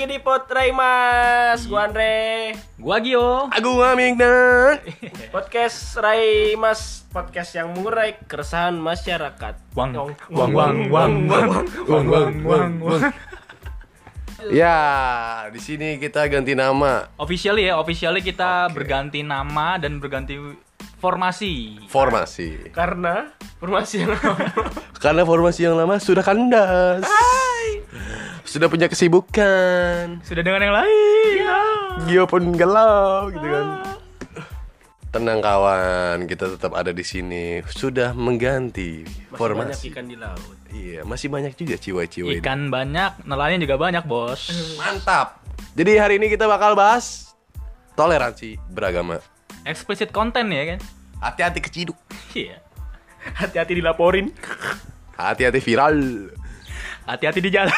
lagi di Potraimas. Gua Andre. Gua Gio. Aku Amigna. Podcast Raimas, podcast yang mengurai keresahan masyarakat. Wang. Ya, di sini kita ganti nama. Officially kita berganti nama dan berganti formasi. Karena formasi yang lama. Karena formasi yang lama sudah kandas. Sudah punya kesibukan. Sudah dengan yang lain. Gio pun galau gitu kan. Tenang kawan, kita tetap ada di sini. Sudah mengganti Masih formasi. banyak ikan di laut. Iya, masih banyak juga ciwa-ciwa. Ikan banyak, nelayan juga banyak, Bos. Mantap. Jadi hari ini kita bakal bahas toleransi beragama. Explicit content ya kan? Hati-hati keciduk. Iya. Hati-hati dilaporin. Hati-hati viral. Hati-hati di jalan.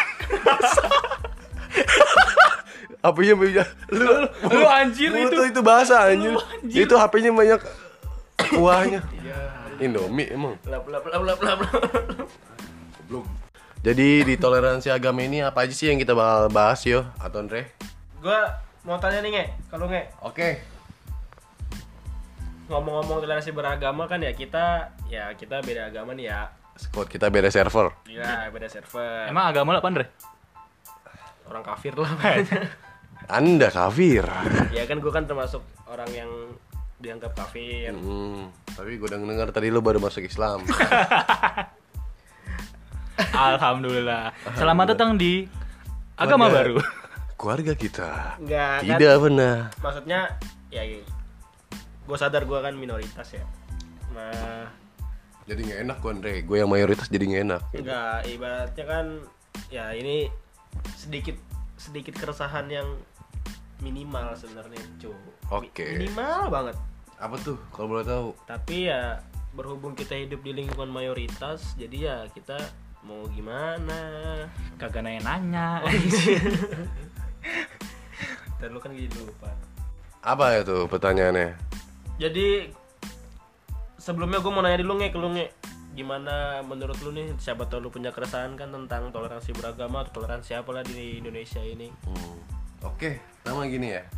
HP-nya banyak. Lu anjir itu bahasa anjir. Lu anjir. Itu HP-nya banyak kuahnya. Indomie emang. Belum. Jadi di toleransi agama ini apa aja sih yang kita bakal bahas yo, atau Andre? Gua mau tanya nih, Nge. Kalau Nge, Oke. ngomong-ngomong toleransi beragama kan ya kita beda agama nih ya. Squad kita beda server. Iya, beda server. Emang agama lu apa, Andre? Orang kafir lah. Anda kafir. Ya kan gue kan termasuk orang yang dianggap kafir. Tapi gue udah dengar tadi lu baru masuk Islam. Alhamdulillah. Selamat datang di agama baru. Keluarga kita. Enggak Tidak kan? pernah. Maksudnya ya gue sadar gue kan minoritas ya. Nah, Jadi nggak enak gue Andre. Gue yang mayoritas jadi nggak enak. enggak, ibaratnya kan ya ini sedikit keresahan yang minimal sebenarnya, cu. Oke. Minimal banget. Apa tuh kalau boleh tahu? Tapi ya berhubung kita hidup di lingkungan mayoritas, jadi ya kita mau gimana? Kagak nanya. Dan lu kan gitu lupa. Apa ya tuh pertanyaannya? Jadi sebelumnya gue mau nanya dulu ke lu Nge, gimana menurut lu nih, siapa tau lu punya keresahan kan tentang toleransi beragama atau toleransi apalah di Indonesia ini. Oke, nama gini ya.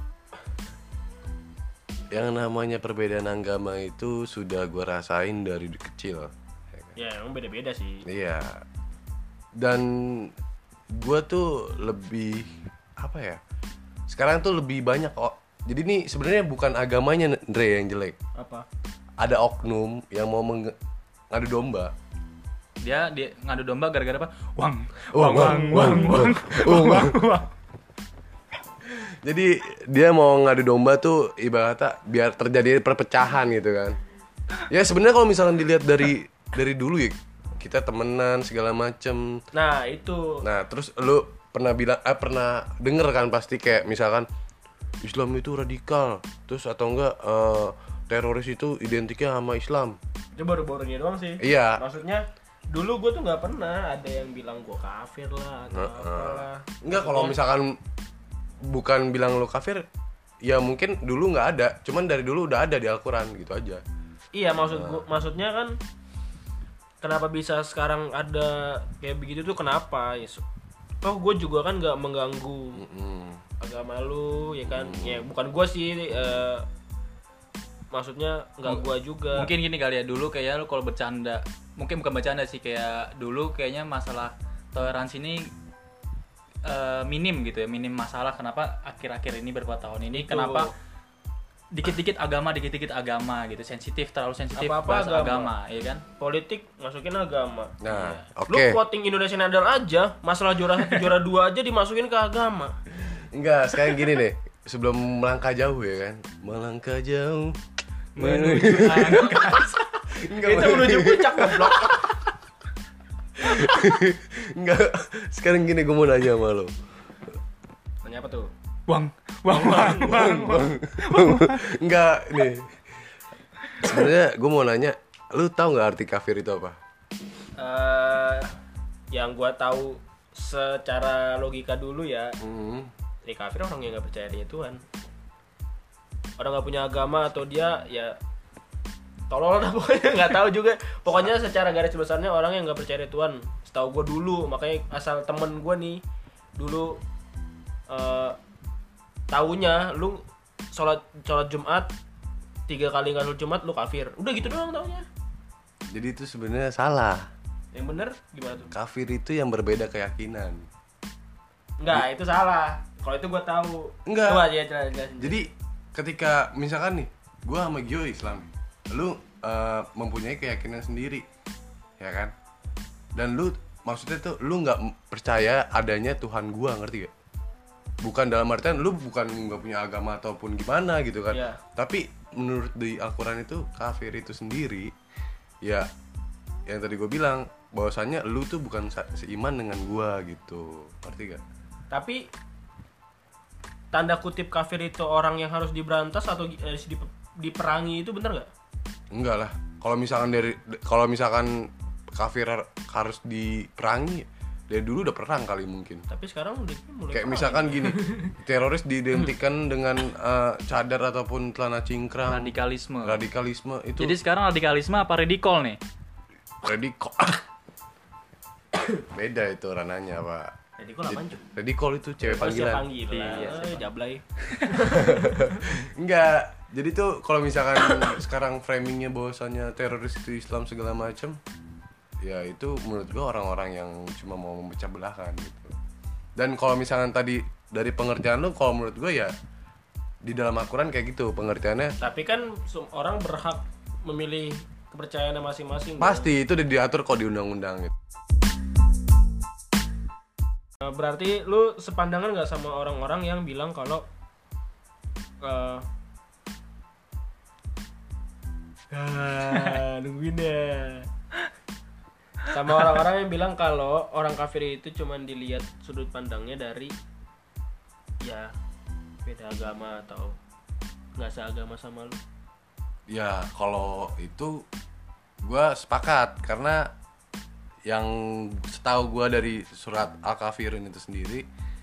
Yang namanya perbedaan agama itu sudah gue rasain dari kecil. Ya emang beda-beda sih. Iya. Dan gue tuh lebih apa ya? Sekarang tuh lebih banyak. Jadi nih sebenarnya bukan agamanya Andre yang jelek. Apa? Ada oknum yang mau ngadu domba. Dia ngadu domba gara-gara apa? Wang. Jadi dia mau ngadu domba tuh ibaratnya biar terjadi perpecahan gitu kan. Ya sebenarnya kalau misalkan dilihat dari dulu ya, kita temenan segala macem. Nah itu. Nah terus lu pernah denger kan pasti kayak misalkan Islam itu radikal, terus atau enggak teroris itu identiknya sama Islam. Itu baru-baru ini doang sih. Iya. Maksudnya dulu gue tuh nggak pernah ada yang bilang gue kafir lah atau apalah. Enggak, kalau misalkan bukan bilang lu kafir, ya mungkin dulu nggak ada, cuman dari dulu udah ada di Al-Quran gitu aja. Iya maksudnya kan kenapa bisa sekarang ada kayak begitu tuh kenapa? Ya, toh gue juga kan nggak mengganggu agama lu ya kan. Ya bukan gue sih. Maksudnya nggak gua juga. Mungkin gini kali ya, dulu kayaknya lu kalau bercanda, mungkin bukan bercanda sih, kayak dulu kayaknya masalah toleransi ini minim gitu ya, minim masalah. Kenapa akhir-akhir ini beberapa tahun ini kenapa dikit-dikit agama gitu, terlalu sensitif bahas agama, ya kan? Politik masukin agama. Nah, Lu oke. voting Indonesian Idol aja, masalah juara 1 juara 2 aja dimasukin ke agama. Enggak, sekarang gini nih. Sebelum melangkah jauh ya kan, melangkah jauh Menuju angkasa. Itu menuju puncak goblok. Enggak, sekarang gini gue mau nanya sama lo. Nanya apa tuh? Wang. Enggak, nih. Sebenarnya gue mau nanya, lu tahu nggak arti kafir itu apa? Yang gua tahu secara logika dulu ya. Ini kafir orang yang nggak percaya dia Tuhan. Orang nggak punya agama atau dia ya tolol lah pokoknya, nggak tahu juga. Pokoknya secara garis besarnya orang yang nggak percaya Tuhan. Setahu gue dulu, makanya asal temen gue nih dulu taunya lu sholat Jumat 3 kali nggak sholat Jumat lu kafir. Udah gitu doang taunya. Jadi itu sebenarnya salah. Yang bener gimana tuh? Kafir itu yang berbeda keyakinan. Enggak, itu salah. Kalau itu gua tahu. Enggak. Coba aja jelasin. Jadi ketika misalkan nih, gua sama Gio Islam, lu mempunyai keyakinan sendiri, ya kan? Dan lu maksudnya tuh lu nggak percaya adanya Tuhan gua, ngerti gak? Bukan dalam artian lu bukan nggak punya agama ataupun gimana gitu kan? Yeah. Tapi menurut di Al-Quran itu kafir itu sendiri, ya yang tadi gue bilang bahwasannya lu tuh bukan seiman dengan gua gitu, ngerti gak? Tapi tanda kutip kafir itu orang yang harus diberantas atau diperangi itu bener nggak? Enggak lah. Kalau misalkan kafir harus diperangi, dari dulu udah perang kali mungkin. Tapi sekarang udah mulai kayak misalkan gini, teroris diidentikan dengan cadar ataupun celana cingkrang. Radikalisme itu. Jadi sekarang radikalisme apa redikol nih? Redikol. Beda itu rananya, Pak. Redikol itu cewek panggilan. Iya, jablay. Enggak. Jadi tuh kalau misalkan sekarang framingnya bahwasannya teroris itu Islam segala macam, ya itu menurut gua orang-orang yang cuma mau memecah belahkan gitu. Dan kalau misalkan tadi dari pengertian lu, kalau menurut gua ya di dalam Al-Quran kayak gitu pengertiannya. Tapi kan orang berhak memilih kepercayaannya masing-masing. Pasti itu udah diatur kok di undang-undang gitu. Berarti lu sepandangan nggak sama orang-orang yang bilang kalau nungguin ya. Sama orang-orang yang bilang kalau orang kafir itu cuman dilihat sudut pandangnya dari ya beda agama atau nggak seagama sama lu. Ya kalau itu gue sepakat, karena yang setahu gue dari surat Al-Kafirun itu sendiri,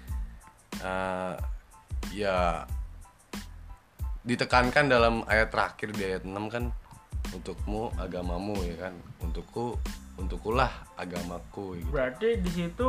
ya ditekankan dalam ayat terakhir di ayat 6 kan, untukmu agamamu, ya kan, untukkulah agamaku gitu. Berarti di situ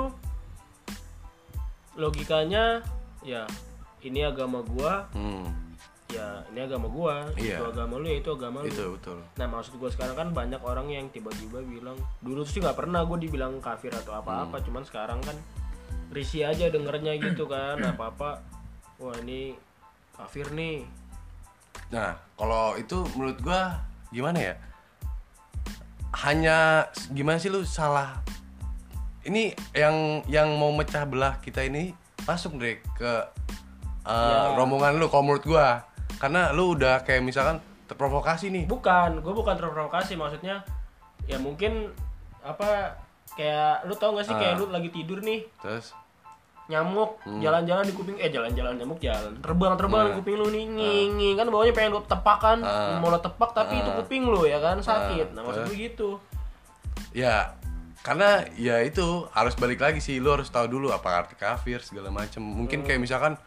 logikanya ya ini agama gua, ya ini agama gua, iya. Itu agama lu ya itu agama lu. Itu betul. Nah maksud gua sekarang kan banyak orang yang tiba-tiba bilang, dulu sih nggak pernah gua dibilang kafir atau apa-apa, cuman sekarang kan risih aja dengernya gitu kan, apa-apa, wah ini kafir nih. Nah kalau itu menurut gua gimana ya? Hanya gimana sih lu salah? Ini yang mau mecah belah kita ini masuk deh ke rombongan lu kalau menurut gua. Karena lu udah kayak misalkan terprovokasi nih. Bukan, gua bukan terprovokasi, maksudnya ya mungkin apa kayak lu tau gak sih kayak lu lagi tidur nih. Terus nyamuk jalan-jalan di kuping, jalan-jalan nyamuk jalan terbang di kuping lu nih, nging kan bawahnya pengen lu tepak kan, mau lo tepak tapi itu kuping lu ya kan sakit. Nah maksud gue gitu ya, karena ya itu harus balik lagi sih, lu harus tahu dulu apa arti kafir segala macam. Mungkin kayak misalkan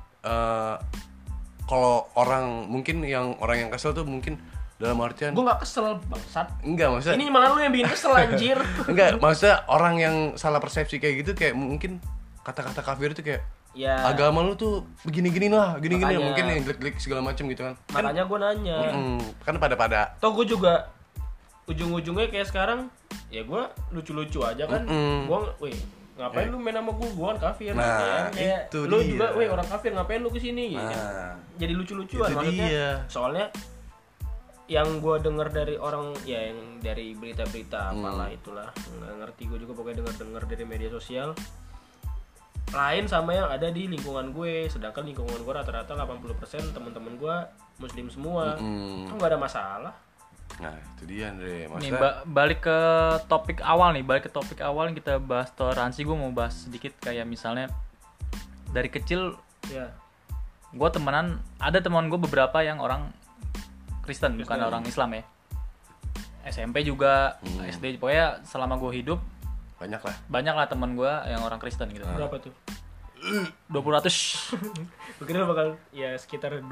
kalau orang yang kesel tuh mungkin dalam artian gue nggak kesel bangsat, enggak maksudnya ini malah lu yang bikin kesel anjir. enggak maksudnya orang yang salah persepsi kayak gitu, kayak mungkin kata-kata kafir itu kayak ya, agama lu tuh begini-gini lah, gini-gini, mungkin yang jelek-jelek segala macam gitu kan. Makanya gue nanya. Kan pada. Toh gue juga ujung-ujungnya kayak sekarang ya gue lucu-lucu aja kan. Gue ngapain lu main sama gue kan kafir. Nah, kayak itu lu dia. juga orang kafir ngapain lu kesini gitu. Jadi lucu-lucuan maksudnya. Dia. Soalnya yang gue dengar dari orang ya, yang dari berita-berita apalah itulah, nggak ngerti gue juga, pokoknya dengar dari media sosial lain sama yang ada di lingkungan gue. Sedangkan lingkungan gue rata-rata 80% teman-teman gue muslim semua. Itu nggak ada masalah. Nah itu dia Andre. Nih balik ke topik awal yang kita bahas toleransi. Gue mau bahas sedikit kayak misalnya dari kecil ya, gue ada teman gue beberapa yang orang Kristen. Bukan orang Islam ya. SMP juga, SD, pokoknya selama gue hidup banyak lah teman gue yang orang Kristen gitu. Berapa tuh? 20%. Mungkin bakal ya sekitar 2.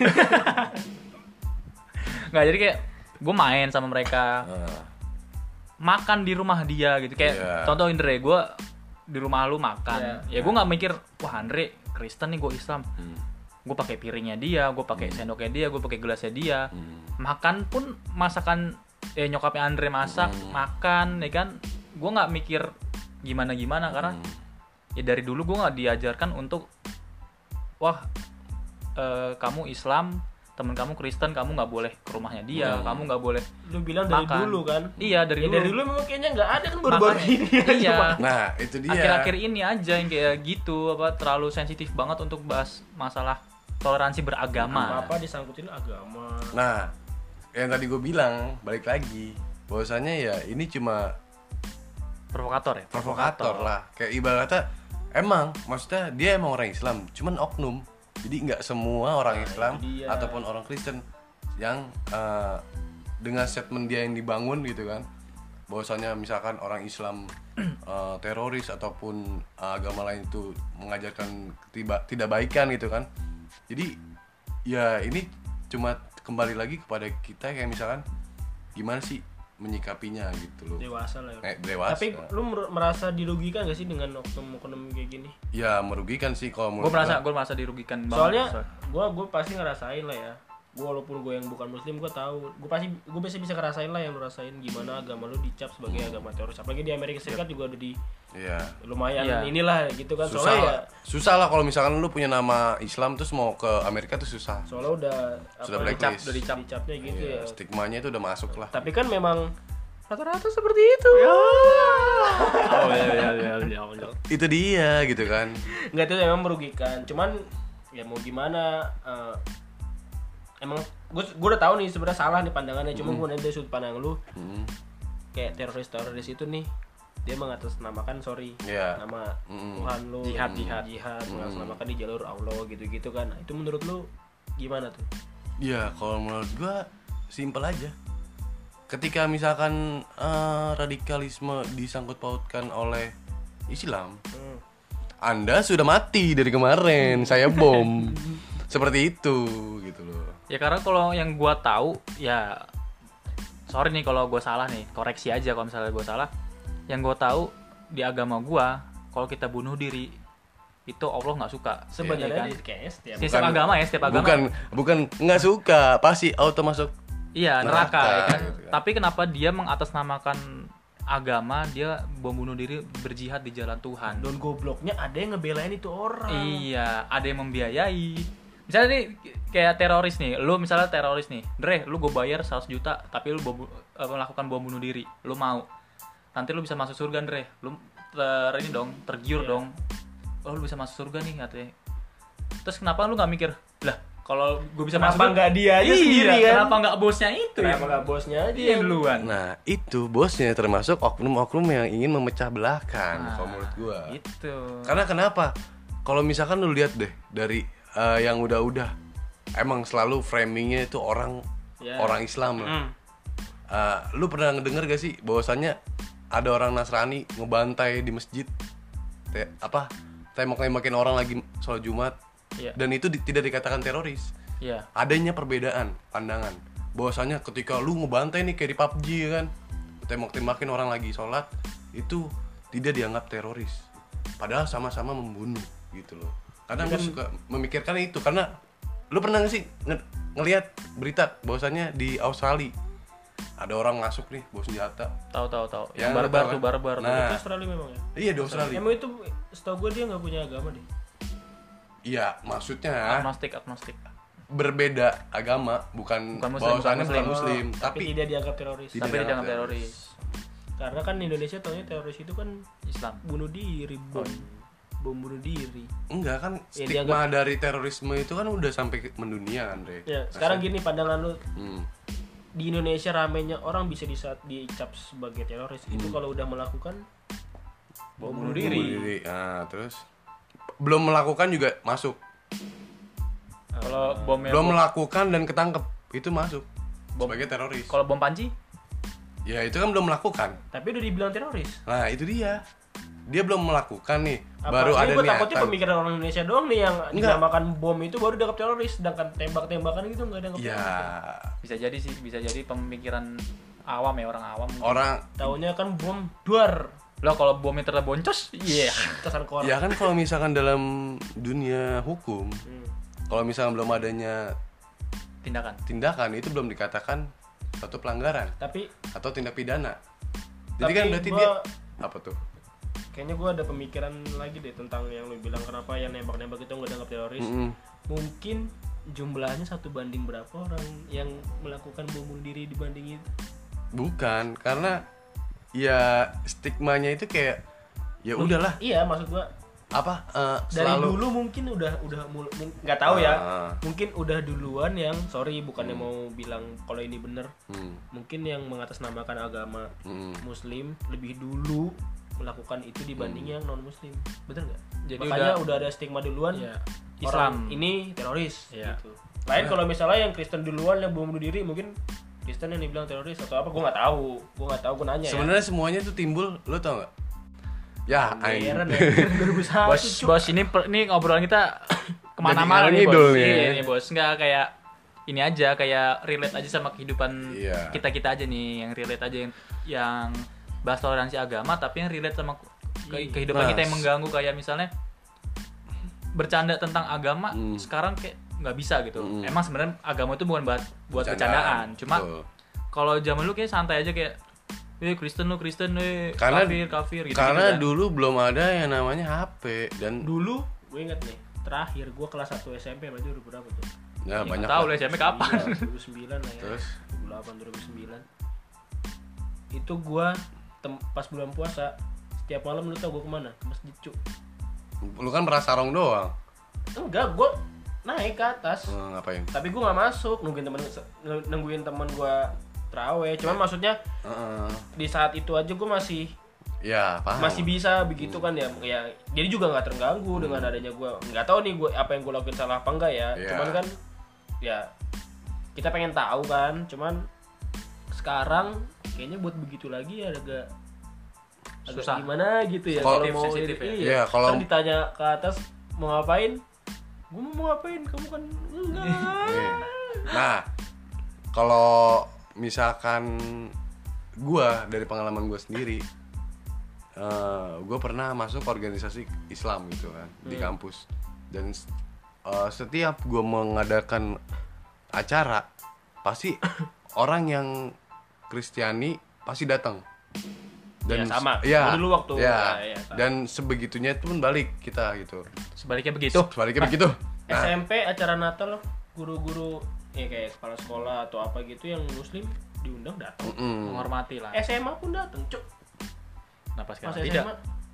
Nggak, jadi kayak gue main sama mereka, makan di rumah dia gitu. Kayak contoh Andre, gue di rumah lu makan, ya gue nggak mikir wah Andre Kristen nih, gue Islam. Gue pakai piringnya dia, gue pakai sendoknya dia, gue pakai gelasnya dia. Makan pun masakan nyokapnya Andre masak, makan ya kan. Gue nggak mikir gimana karena ya dari dulu gue nggak diajarkan untuk kamu Islam, temen kamu Kristen, kamu nggak boleh ke rumahnya dia, kamu nggak boleh. Lu bilang dari makan. dulu kan? Iya dari dulu. Dari dulu memang kayaknya nggak ada kan baru-baru ini. Iya. Nah itu dia. Akhir-akhir ini aja yang kayak gitu, terlalu sensitif banget untuk bahas masalah toleransi beragama. Apa disangkutin agama. Nah yang tadi gue bilang balik lagi, bahwasannya ya ini cuma Provokator ya. provokator lah. Kayak ibaratnya emang maksudnya dia emang orang Islam, cuman oknum. Jadi nggak semua orang Islam ataupun orang Kristen yang dengan statement dia yang dibangun gitu kan, bahwasanya misalkan orang Islam teroris ataupun agama lain itu mengajarkan tidak baikan gitu kan. Jadi ya ini cuma kembali lagi kepada kita kayak misalkan gimana sih menyikapinya gitu loh. Dewasa lah ya. Dewasa. Tapi lu merasa dirugikan gak sih dengan oknum-oknum kayak gini? Ya merugikan sih kalau Gue merasa dirugikan banget. Soalnya gue pasti ngerasain lah ya. Gue walaupun gue yang bukan muslim, gue tahu. Gue pasti bisa ngerasain lah yang lu rasain, gimana agama lu dicap sebagai agama teroris. Apalagi di Amerika Serikat juga udah di lumayan inilah gitu kan. Susah lah kalau misalkan lu punya nama Islam terus mau ke Amerika tuh susah. Soalnya sudah blacklist. dicapnya gitu ya. Stigmanya itu udah masuk lah. Tapi kan memang rata-rata seperti itu. Itu dia gitu kan. Enggak, itu memang merugikan. Cuman ya mau gimana, emang gue udah tahu nih sebenarnya salah nih pandangannya. Cuma gue dari sudut pandang lu, kayak teroris itu nih, dia mengatasnamakan nama Tuhan lu, jihad mengatasnamakan di jalur Allah gitu kan. Nah, itu menurut lu gimana tuh? Ya kalau menurut gue simpel aja. Ketika misalkan radikalisme disangkut pautkan oleh Islam, Anda sudah mati dari kemarin, saya bom. Seperti itu gitu loh. Ya karena kalau yang gua tahu ya, sorry nih kalau gua salah nih, koreksi aja kalau misalnya gua salah. Yang gua tahu di agama gua, kalau kita bunuh diri itu Allah nggak suka. Sebenarnya kan? kayaknya setiap agama. Bukan nggak suka, pasti auto masuk. Iya, neraka ya kan. Gitu kan. Tapi kenapa dia mengatasnamakan agama, dia bom bunuh diri berjihad di jalan Tuhan? Don gobloknya ada yang ngebelain itu orang. Iya, ada yang membiayai. Misalnya nih kayak teroris nih, lu misalnya teroris nih, Dre, lu gue bayar 100 juta tapi lu melakukan bom bunuh diri, lu mau? Nanti lu bisa masuk surga, Dre. Lu tergiur dong. Oh, lu bisa masuk surga nih katanya. Terus kenapa lu nggak mikir, lah kalau gue bisa masuk, kenapa nggak dia aja sendiri kan? Kenapa nggak bosnya itu? Kenapa nggak bosnya aja yang duluan? Nah itu bosnya termasuk oknum-oknum yang ingin memecah belahkan kalau menurut gue. Itu. Karena kenapa? Kalau misalkan lu lihat deh dari yang udah emang selalu framingnya itu orang Islam lah. Lu pernah ngedenger gak sih bahwasannya ada orang Nasrani ngebantai di masjid, tembak-tembakin orang lagi sholat Jumat, dan itu tidak dikatakan teroris. Adanya perbedaan pandangan bahwasannya ketika lu ngebantai nih kayak di PUBG ya kan, tembak-tembakin orang lagi sholat, itu tidak dianggap teroris, padahal sama-sama membunuh gitu loh. Kadang gue suka memikirkan itu, karena lu pernah gak sih ngelihat berita bahwasannya di Australia ada orang masuk nih bawa senjata. Tahu. Yang barbar. Nah, itu Australia memang ya? Iya di Australia. Emang itu setahu gue dia nggak punya agama deh. Iya, maksudnya agnostik. Berbeda agama, bukan bahwasannya bukan muslim, tapi tidak dianggap teroris. Tapi tidak dianggap teroris. Karena kan Indonesia taunya teroris itu kan Islam, bunuh diri, bom bunuh diri. Enggak kan, stigma dari terorisme itu kan udah sampai mendunia kan, Dre. Ya, sekarang gini pandangan lu. Di Indonesia ramenya orang bisa dicap sebagai teroris itu kalau udah melakukan bom bunuh diri. Nah, terus belum melakukan juga masuk. Kalau belum melakukan dan ketangkep itu masuk sebagai teroris. Kalau bom panci? Ya itu kan belum melakukan. Tapi udah dibilang teroris. Nah itu dia belum melakukan nih. Baru ada niatan. Takutnya pemikiran orang Indonesia doang nih yang dinamakan bom itu baru dianggap teroris, sedangkan tembak-tembakan gitu nggak dianggap teroris. Bisa jadi pemikiran awam ya, orang awam. Orang taunya kan bom duar. Lo kalau bomnya terboncos, iya. Kesan koran. Ya kan kalau misalkan dalam dunia hukum, kalau misalkan belum adanya tindakan itu belum dikatakan suatu pelanggaran Tapi atau tindak pidana. Jadi kan berarti dia apa tuh? Kayaknya gue ada pemikiran lagi deh tentang yang lu bilang kenapa yang nembak-nembak itu nggak dianggap teroris. Mungkin jumlahnya 1 banding berapa orang yang melakukan bom bunuh diri dibanding itu? Bukan, karena ya stigmanya itu kayak ya udahlah. Iya, maksud gue Apa dari selalu dulu mungkin udah nggak tahu ya. Mungkin udah duluan yang bukannya mau bilang kalau ini bener. Mungkin yang mengatasnamakan agama Muslim lebih dulu melakukan itu dibanding yang non Muslim, bener nggak? Jadi makanya udah ada stigma duluan. Iya. Orang Islam ini teroris. Iya. Gitu. Lain kalau misalnya yang Kristen duluan yang bom bunuh diri, mungkin Kristen yang dibilang teroris atau apa, gue nggak tahu, gue nanya. sebenarnya semuanya tuh timbul, lo tau nggak? Ya, Heran ya. 2001 bos ini ngobrolan kita kemana-mana Jadi nih ngidul bos. nih. Iya nih bos, nggak kayak ini aja, kayak relate aja sama kehidupan Iya. kita aja nih, yang relate aja yang bahas toleransi agama, tapi yang relate sama kehidupan kita yang mengganggu, kayak misalnya bercanda tentang agama sekarang kayak nggak bisa gitu. Emang sebenarnya agama itu bukan buat bercandaan, cuma kalau zaman lu kayak santai aja, kayak Kristen karena kafir gitu. Karena dulu belum ada yang namanya HP dan dulu gue inget nih, terakhir gue kelas 1 SMP berarti udah berapa tuh? ya banyak tahu lah. lah SMP kapan. 2009 lah ya. Terus 2008 2009. Itu gue pas bulan puasa setiap malam, lu tau gue kemana? Ke masjid, cu. Lu kan merasa sarong doang. Enggak, gue naik ke atas. Ngapain? Tapi gue nggak masuk, nungguin temen gue terawih. Cuman maksudnya di saat itu aja gue masih Ya paham. masih bisa begitu kan ya. Ya jadi juga nggak terganggu dengan adanya gue. Nggak tahu nih gue apa yang gue lakuin salah apa enggak ya. Yeah. Cuman kan ya kita pengen tahu kan. Cuman sekarang kayaknya buat begitu lagi ya agak Susah. gimana gitu ya. Kalau mau sensitif ya. iya. Iya, kalau- Kan ditanya ke atas mau ngapain? Gue mau ngapain? Kamu kan enggak. Nah, kalau misalkan gua dari pengalaman gua sendiri, gua pernah masuk organisasi Islam gitu kan di kampus, dan setiap gua mengadakan acara pasti orang yang Kristiani pasti datang. Ya, sama. Ya, Gua dulu waktu ya, ya, sama. dan sebegitunya itu pun balik kita gitu. Sebaliknya begitu. Sebaliknya begitu. Nah, SMP acara Natal guru-guru ya kayak kepala sekolah atau apa gitu yang muslim diundang datang. Menghormati lah. SMA pun datang, cuk. Kenapa Pas sekarang SMA tidak?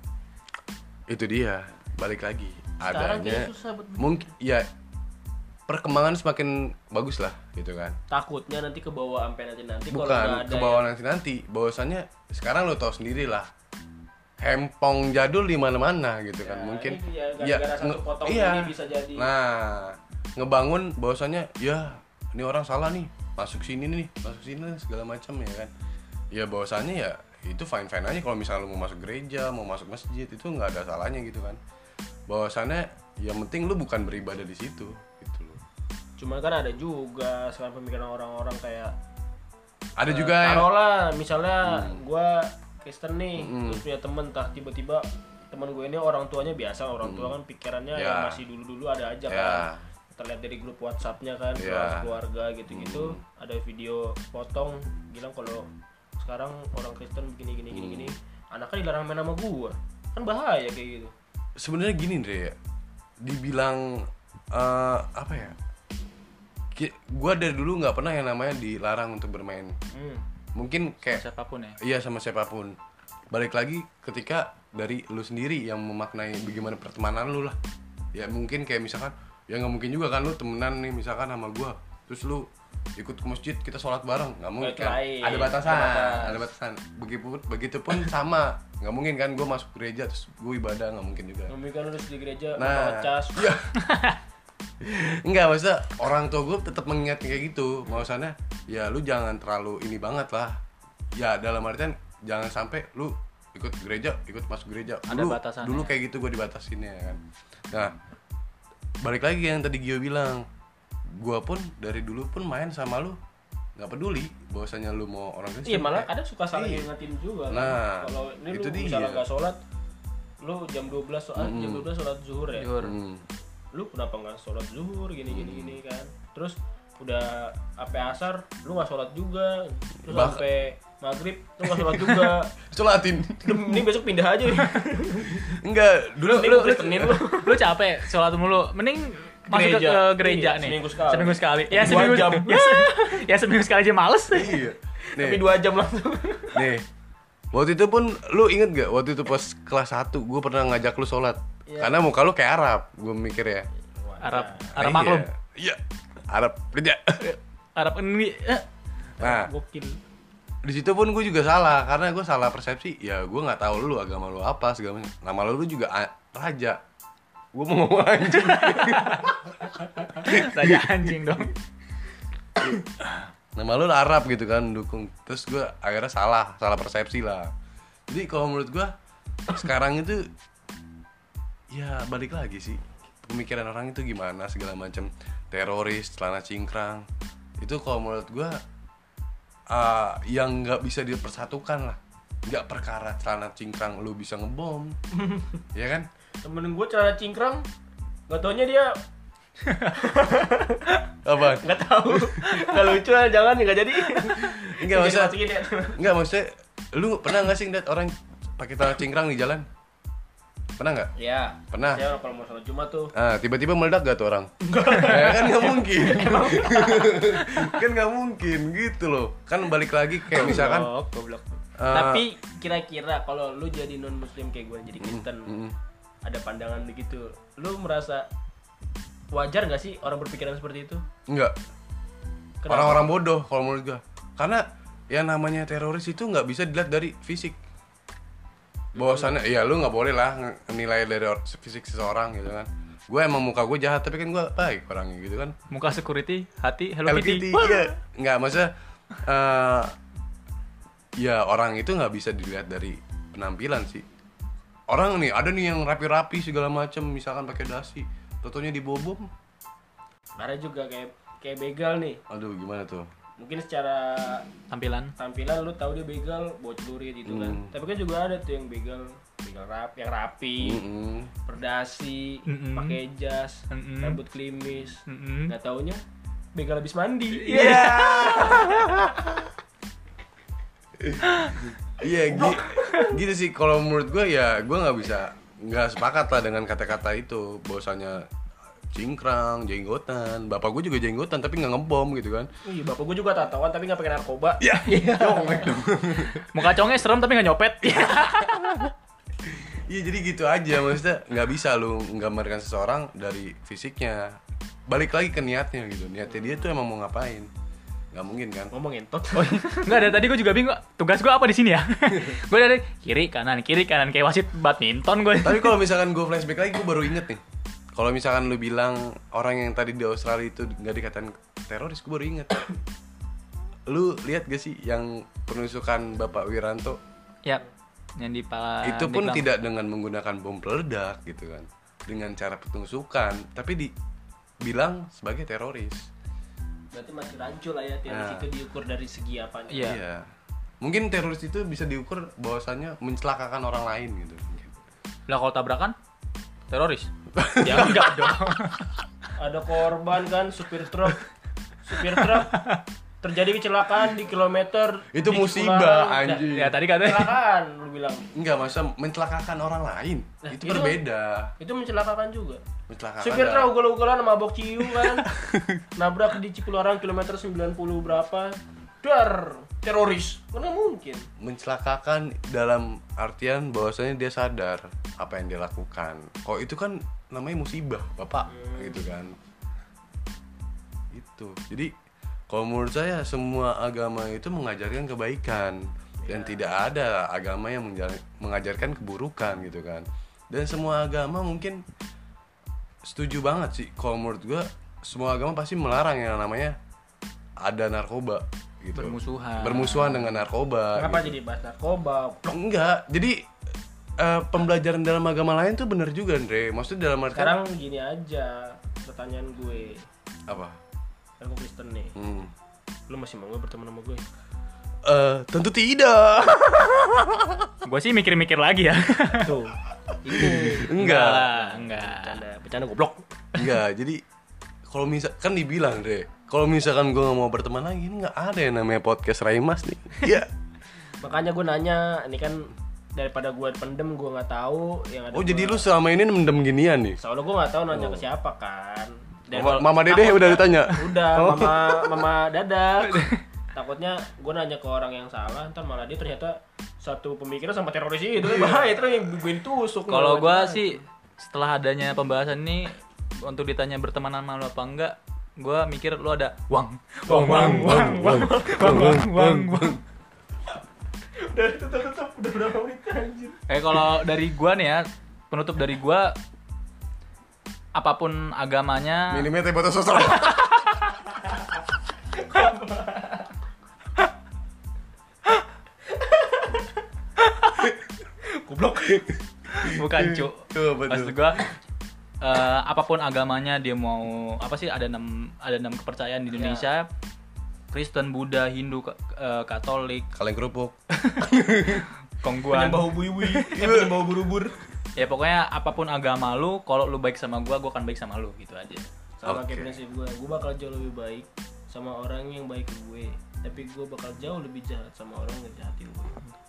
itu dia, balik lagi. sekarang Adanya kayak susah buat mungkin ya perkembangan semakin bagus lah gitu kan. takutnya nanti ke bawah sampai nanti kalau Bukan nggak ada ke bawah nanti bahwasannya sekarang lo tau sendiri lah, hempong jadul di mana-mana gitu kan. Mungkin gara-gara satu potong iya. ini bisa jadi. Nah, ngebangun bahwasannya ya ini orang salah nih, masuk sini nih segala macam ya kan. Ya bahwasannya ya itu fine aja kalau misalnya lo mau masuk gereja, mau masuk masjid, itu nggak ada salahnya gitu kan. Bahwasannya yang penting lu bukan beribadah di situ gitu loh. Cuman kan ada juga sekarang pemikiran orang-orang kayak Ada juga yang taruhlah misalnya gua Kristen nih, terus punya temen, entah tiba-tiba teman gue ini orang tuanya biasa, orang tua kan pikirannya ya masih dulu-dulu ada aja kan. Kita lihat dari grup WhatsApp-nya kan, keluarga gitu-gitu, ada video potong bilang kalau sekarang orang Kristen gini, anaknya dilarang main sama gua. Kan bahaya kayak gitu. sebenarnya gini Dre ya, dibilang apa ya, gua dari dulu nggak pernah yang namanya dilarang untuk bermain. Mungkin kayak Siapapun ya. iya sama siapapun. Balik lagi ketika dari lu sendiri yang memaknai bagaimana pertemanan lu lah. Ya mungkin kayak misalkan ya nggak mungkin juga kan lu temenan nih misalkan sama gua, terus lu ikut ke masjid kita sholat bareng, nggak mungkin kan. Ada batasan. Begitupun sama, nggak mungkin kan gue masuk gereja terus gue ibadah, nggak mungkin juga. Mungkin kan lu di gereja Nah, cas. iya. Enggak, maksudnya orang tua gue tetap mengingatkan kayak gitu. Maksudnya ya lu jangan terlalu ini banget lah. Ya dalam artian jangan sampai lu ikut gereja, ikut masuk gereja. Ada batasannya. Dulu kayak gitu gue dibatasin ya kan. Nah, balik lagi yang tadi Gio bilang, gue pun dari dulu pun main sama lu nggak peduli bahwasanya lu mau orang Kristen. Iya, malah kadang suka salah ngingetin juga. Nah, kalau ini itu lu dia. misalnya nggak sholat, lu jam 12 sholat zuhur ya. Lu kenapa nggak sholat zuhur gini kan? Terus udah sampai asar lu nggak sholat juga, terus sampai maghrib lu nggak sholat juga. Sholatin. Ini besok pindah aja nih. Enggak, dulu lu capek sholat mulu, mending masuk ke gereja nih seminggu sekali. Ya seminggu jam. Ya seminggu sekali aja males. Iya. Tapi 2 jam langsung. Nih, waktu itu pun lu inget gak waktu itu pas kelas 1 gue pernah ngajak lu sholat. Karena muka lu kayak Arab, gue mikir ya. Arab maklum. Iya. Arab kerja. Arab ini. Nah, Gokil. di situ pun gue juga salah karena gue salah persepsi. Ya gue nggak tahu lu agama lu apa segala macam. Nama lu juga raja. Gue mau ngomong anjing. Raja anjing dong. Nama lu Arab gitu kan, dukung. Terus gue akhirnya salah persepsi lah. Jadi kalau menurut gue sekarang itu ya balik lagi sih pemikiran orang itu gimana segala macam, teroris, celana cingkrang. Itu kalau menurut gue yang nggak bisa dipersatukan lah. Nggak perkara celana cingkrang lu bisa ngebom. Ya kan? Temen gue celana cingkrang, nggak taunya dia Apa? nggak tahu, nggak lucu lah, jangan nggak jadi. Enggak maksudnya lu pernah nggak sih ngeliat orang pakai celana cingkrang di jalan? Pernah nggak? Ya. Pernah. Ya kalau mau sholat Jumat tuh. Tiba-tiba meledak gak tuh orang? Ya kan nggak mungkin. Kan nggak mungkin gitu loh. Kan balik lagi kayak misalkan. Goblok. Tapi kira-kira kalau lu jadi non muslim kayak gue jadi Kristen, ada pandangan begitu, lu merasa wajar nggak sih orang berpikiran seperti itu? Enggak. Kenapa? Orang-orang bodoh kalau menurut gue. Karena yang namanya teroris itu nggak bisa dilihat dari fisik. Bahwasannya ya lu nggak boleh lah nilai dari fisik seseorang gitu kan. Gue emang muka gue jahat tapi kan gue baik orangnya gitu kan. Muka security, hati Hello Kitty. Iya. Nggak, maksudnya ya orang itu nggak bisa dilihat dari penampilan sih. Orang nih ada nih yang rapi-rapi segala macam, misalkan pakai dasi, totonya dibobom. Ada juga kayak begal nih. Aduh, gimana tuh? Mungkin secara Tampilan lu tahu dia begal, bawa celurit gitu kan. Tapi kan juga ada tuh yang begal yang rapi, berdasi, pakai jas, rambut klimis. Nggak taunya begal habis mandi. Iya. Iya, gitu sih kalau menurut gue. Ya gue nggak sepakat lah dengan kata-kata itu, bahwasanya cingkrang, jenggotan. Bapak gue juga jenggotan tapi nggak ngebom gitu kan. Iya, bapak gue juga tatoan tapi nggak pakai narkoba. Ya, congek dong. muka congnya serem tapi nggak nyopet. Iya, jadi gitu aja, maksudnya nggak bisa lu menggambarkan seseorang dari fisiknya. Balik lagi ke niatnya gitu. Niatnya dia tuh emang mau ngapain? Nggak mungkin kan? Ngomongin tot. Oh, enggak, dari tadi gue juga bingung. Tugas gue apa di sini ya? Gue dari kiri kanan kayak wasit badminton gue. Tapi kalau misalkan gue flashback lagi, gue baru inget nih. Kalau misalkan lu bilang orang yang tadi di Australia itu nggak dikatain teroris, gue baru inget. Lu lihat gak sih yang penusukan Bapak Wiranto? Yap, yang di Itu pun tidak dengan menggunakan bom peledak gitu kan, dengan cara penusukan, tapi dibilang sebagai teroris. Berarti masih rancu lah ya, teroris itu diukur dari segi apanya. Iya. Mungkin teroris itu bisa diukur bahwasannya mencelakakan orang lain gitu. Lah kalau tabrakan teroris? Ya enggak dong. Ada korban kan, supir truk terjadi kecelakaan di kilometer. Itu di musibah Cipularang. anjing. Ya tadi katanya Kecelakaan lu bilang. Enggak, masa mencelakakan orang lain. Itu berbeda. Itu mencelakakan juga. Mencelakakan. Supir truk ugal-ugalan sama mabok ciu kan. Nabrak di Cipularang kilometer 90 berapa. Dar, teroris. Mana mungkin? Mencelakakan dalam artian bahwasanya dia sadar apa yang dia lakukan. Kok itu kan namanya musibah, Bapak, gitu kan. Itu. Jadi kalau menurut saya semua agama itu mengajarkan kebaikan dan tidak ada agama yang mengajarkan keburukan gitu kan. Dan semua agama mungkin setuju banget sih. Kalau menurut gua semua agama pasti melarang yang namanya ada narkoba gitu. Bermusuhan dengan narkoba. Kenapa gitu. jadi bahas narkoba? Enggak. Jadi pembelajaran dalam agama lain tuh bener juga, Andre. Maksudnya dalam arti Sekarang gini aja pertanyaan gue. apa? Aku Kristen nih. Lu masih mau gak berteman sama gue? Tentu tidak. Gue sih mikir-mikir lagi ya. Tuh. Ini. Enggak. Bercanda goblok. Enggak, jadi kalau kan dibilang deh, kalau misalkan gue nggak mau berteman lagi, ini nggak ada yang namanya podcast Raimas nih. Iya. Makanya gue nanya, ini kan daripada gue pendem, gue nggak tau yang ada. Oh jadi lu selama ini mendem ginian nih? Soalnya gue nggak tahu nanya ke siapa kan. Mama Dede udah ditanya. Udah, mama Dadak. Takutnya gue nanya ke orang yang salah, ntar malah dia ternyata satu pemikiran sama teroris itu. Bahaya, itu yang gue tusuk. Kalau gue sih setelah adanya pembahasan ini, untuk ditanya berteman sama lu apa enggak, gue mikir lu ada wang. Udah tutup udah berapa menit anjir. Kalau dari gue nih ya, penutup dari gue, apapun agamanya. Minimnya teh botol sosro. Goblok. Bukan cu. Maksud gue, apapun agamanya dia mau apa sih, ada 6 kepercayaan di Indonesia. Kristen, Buddha, Hindu, Katolik, Kaleng kerupuk, Kongguan, penyembah bui-bui, penyembah ubur-ubur. Ya pokoknya apapun agama lu, kalau lu baik sama gua akan baik sama lu, gitu aja. Sama kayak prinsip gue bakal jauh lebih baik sama orang yang baik ke gue, tapi gue bakal jauh lebih jahat sama orang yang jahatin gue.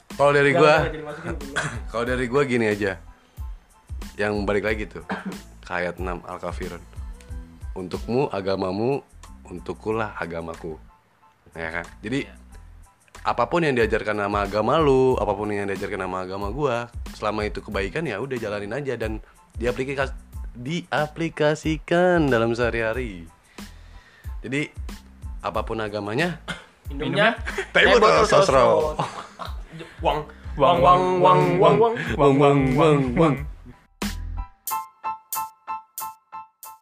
Kalau dari gua gini aja. Yang balik lagi tuh ke ayat 6 Al-Kafirun. Untukmu agamamu, untukkulah agamaku. Ya kan? Jadi apapun yang diajarkan nama agama lu, apapun yang diajarkan nama agama gua, selama itu kebaikan ya udah jalanin aja dan diaplikasikan dalam sehari-hari. Jadi apapun agamanya, minumnya teh botol sosro. Wang.